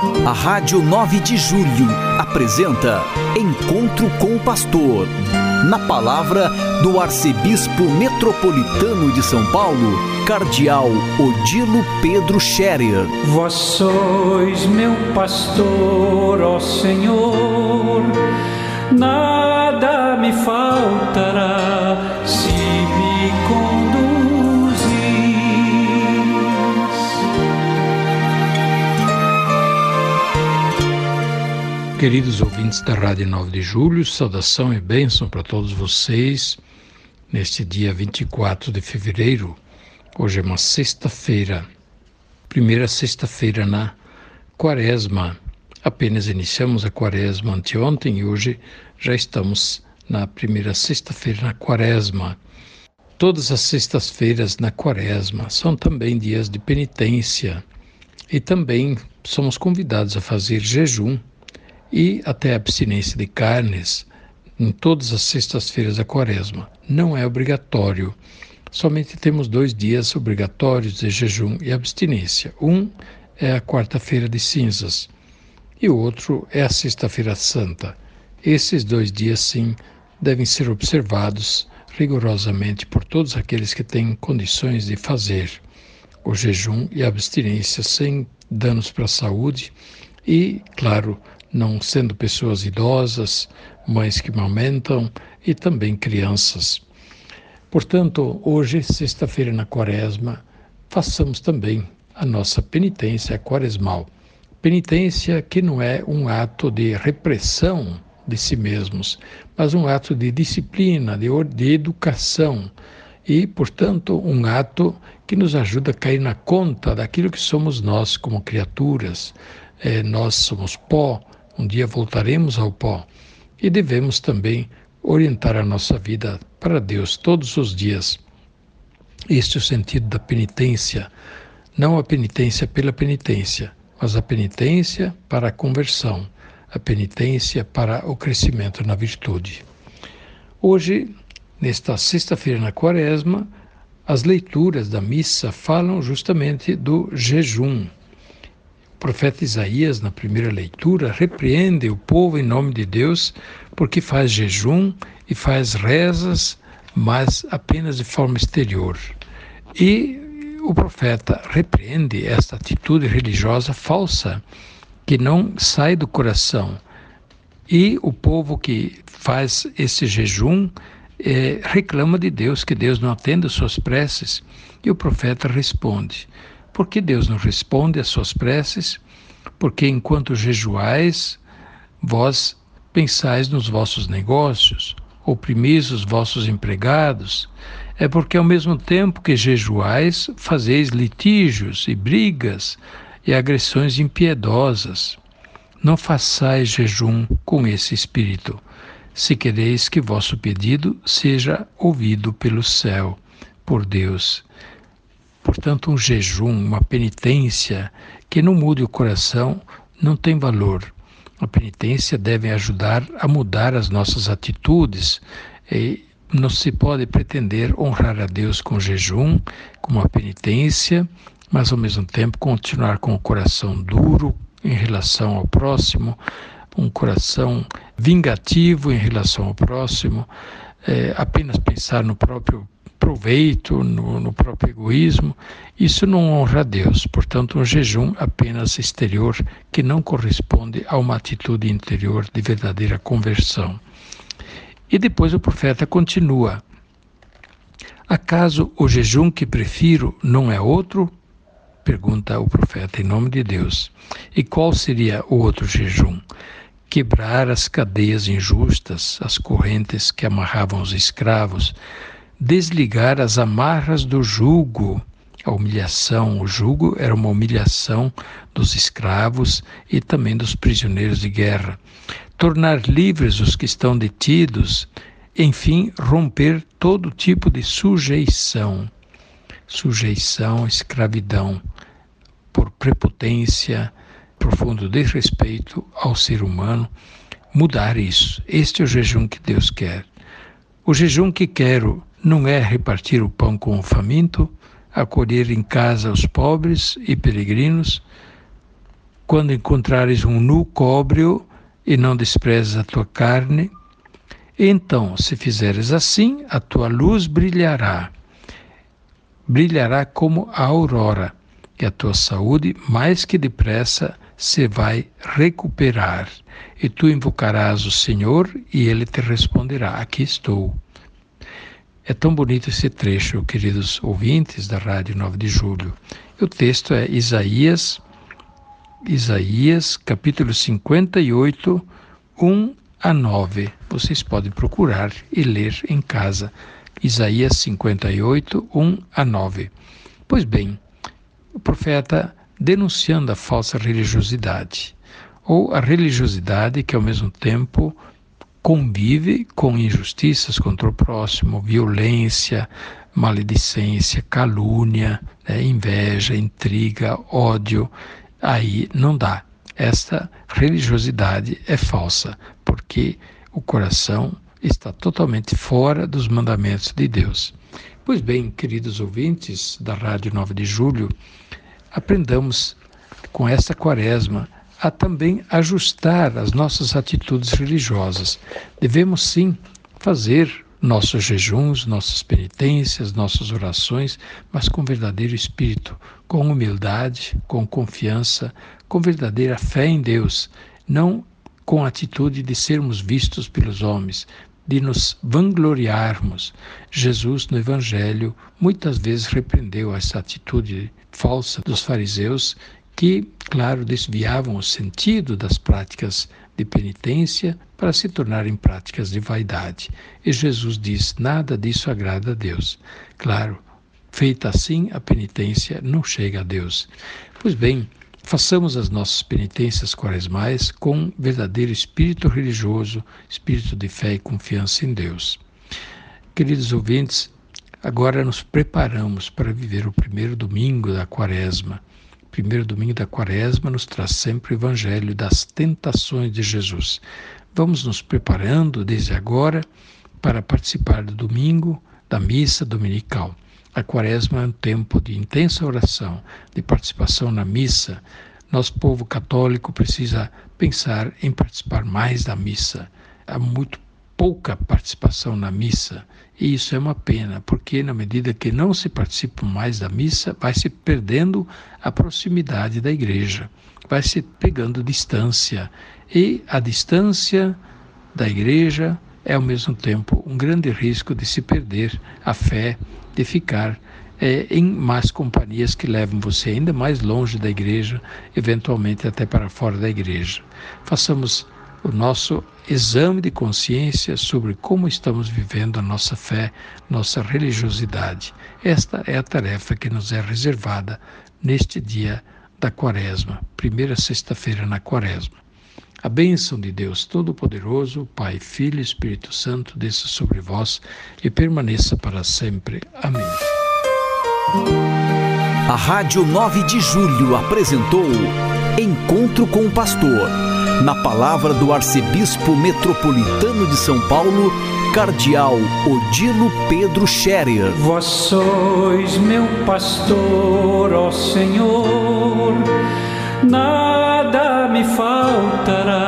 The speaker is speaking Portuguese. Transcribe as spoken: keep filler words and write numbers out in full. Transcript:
A Rádio nove de Julho apresenta Encontro com o Pastor. Na palavra do Arcebispo Metropolitano de São Paulo, Cardeal Odilo Pedro Scherer. Vós sois meu pastor, ó Senhor, nada me faltará se me conduzis. Queridos ouvintes da Rádio nove de Julho, saudação e bênção para todos vocês neste dia vinte e quatro de fevereiro. Hoje é uma sexta-feira, primeira sexta-feira na quaresma. Apenas iniciamos a quaresma anteontem e hoje já estamos na primeira sexta-feira na quaresma. Todas as sextas-feiras na quaresma são também dias de penitência e também somos convidados a fazer jejum e até abstinência de carnes em todas as sextas-feiras da quaresma. Não é obrigatório, somente temos dois dias obrigatórios de jejum e abstinência. Um é a quarta-feira de cinzas e o outro é a sexta-feira santa. Esses dois dias, sim, devem ser observados rigorosamente por todos aqueles que têm condições de fazer o jejum e a abstinência sem danos para a saúde e, claro, não sendo pessoas idosas, mães que amamentam e também crianças. Portanto, hoje, sexta-feira na quaresma, façamos também a nossa penitência quaresmal. Penitência que não é um ato de repressão de si mesmos, mas um ato de disciplina, de, de educação e, portanto, um ato que nos ajuda a cair na conta daquilo que somos nós como criaturas. É, nós somos pó, um dia voltaremos ao pó e devemos também orientar a nossa vida para Deus todos os dias. Este é o sentido da penitência, não a penitência pela penitência, mas a penitência para a conversão, a penitência para o crescimento na virtude. Hoje, nesta sexta-feira na quaresma, as leituras da missa falam justamente do jejum. O profeta Isaías, na primeira leitura, repreende o povo em nome de Deus porque faz jejum e faz rezas, mas apenas de forma exterior. E o profeta repreende esta atitude religiosa falsa que não sai do coração. E o povo que faz esse jejum eh, reclama de Deus, que Deus não atende às suas preces. E o profeta responde: por que Deus não responde às suas preces? Porque enquanto jejuais, vós pensais nos vossos negócios, oprimis os vossos empregados. É porque ao mesmo tempo que jejuais, fazeis litígios e brigas e agressões impiedosas. Não façais jejum com esse espírito, se quereis que vosso pedido seja ouvido pelo céu, por Deus. Portanto, um jejum, uma penitência que não mude o coração, não tem valor. A penitência deve ajudar a mudar as nossas atitudes. E não se pode pretender honrar a Deus com jejum, com uma penitência, mas ao mesmo tempo continuar com o coração duro em relação ao próximo, um coração vingativo em relação ao próximo, é, apenas pensar no próprio proveito, no, no próprio egoísmo. Isso não honra a Deus. Portanto, um jejum apenas exterior que não corresponde a uma atitude interior de verdadeira conversão. E depois o profeta continua: acaso o jejum que prefiro não é outro? Pergunta o profeta em nome de Deus. E qual seria o outro jejum? Quebrar as cadeias injustas, as correntes que amarravam os escravos, desligar as amarras do jugo. A humilhação, o jugo era uma humilhação dos escravos e também dos prisioneiros de guerra. Tornar livres os que estão detidos, enfim, romper todo tipo de sujeição. Sujeição, escravidão, por prepotência, profundo desrespeito ao ser humano, mudar isso. Este é o jejum que Deus quer. O jejum que quero não é repartir o pão com o faminto, acolher em casa os pobres e peregrinos. Quando encontrares um nu, cobre-o, e não desprezes a tua carne. Então, se fizeres assim, a tua luz brilhará. Brilhará como a aurora, e a tua saúde, mais que depressa, se vai recuperar. E tu invocarás o Senhor, e Ele te responderá: aqui estou. É tão bonito esse trecho, queridos ouvintes da Rádio nove de Julho. O texto é Isaías, Isaías, capítulo cinquenta e oito, um a nove. Vocês podem procurar e ler em casa. Isaías cinquenta e oito, um a nove. Pois bem, o profeta denunciando a falsa religiosidade, ou a religiosidade que ao mesmo tempo convive com injustiças contra o próximo, violência, maledicência, calúnia, né, inveja, intriga, ódio. Aí não dá. Esta religiosidade é falsa, porque o coração está totalmente fora dos mandamentos de Deus. Pois bem, queridos ouvintes da Rádio nove de Julho, aprendamos com esta quaresma a também ajustar as nossas atitudes religiosas. Devemos sim fazer nossos jejuns, nossas penitências, nossas orações, mas com verdadeiro espírito, com humildade, com confiança, com verdadeira fé em Deus, não com a atitude de sermos vistos pelos homens, de nos vangloriarmos. Jesus, no Evangelho, muitas vezes repreendeu essa atitude falsa dos fariseus, que, claro, desviavam o sentido das práticas de penitência para se tornarem práticas de vaidade. E Jesus diz: nada disso agrada a Deus. Claro, feita assim, a penitência não chega a Deus. Pois bem, façamos as nossas penitências quaresmais com verdadeiro espírito religioso, espírito de fé e confiança em Deus. Queridos ouvintes, agora nos preparamos para viver o primeiro domingo da quaresma. O primeiro domingo da quaresma nos traz sempre o Evangelho das tentações de Jesus. Vamos nos preparando desde agora para participar do domingo da missa dominical. A quaresma é um tempo de intensa oração, de participação na missa. Nosso povo católico precisa pensar em participar mais da missa. Há muito pouca participação na missa, e isso é uma pena, porque na medida que não se participa mais da missa, vai se perdendo a proximidade da igreja, vai se pegando distância, e a distância da igreja é ao mesmo tempo um grande risco de se perder a fé, de ficar é, em más companhias que levam você ainda mais longe da igreja, eventualmente até para fora da igreja. Façamos o nosso exame de consciência sobre como estamos vivendo a nossa fé, nossa religiosidade. Esta é a tarefa que nos é reservada neste dia da quaresma, primeira sexta-feira na quaresma. A bênção de Deus Todo-Poderoso, Pai, Filho e Espírito Santo, desça sobre vós e permaneça para sempre. Amém. A Rádio nove de Julho apresentou Encontro com o Pastor, na palavra do Arcebispo Metropolitano de São Paulo, Cardeal Odilo Pedro Scherer. Vós sois meu pastor, ó Senhor, nada me faltará.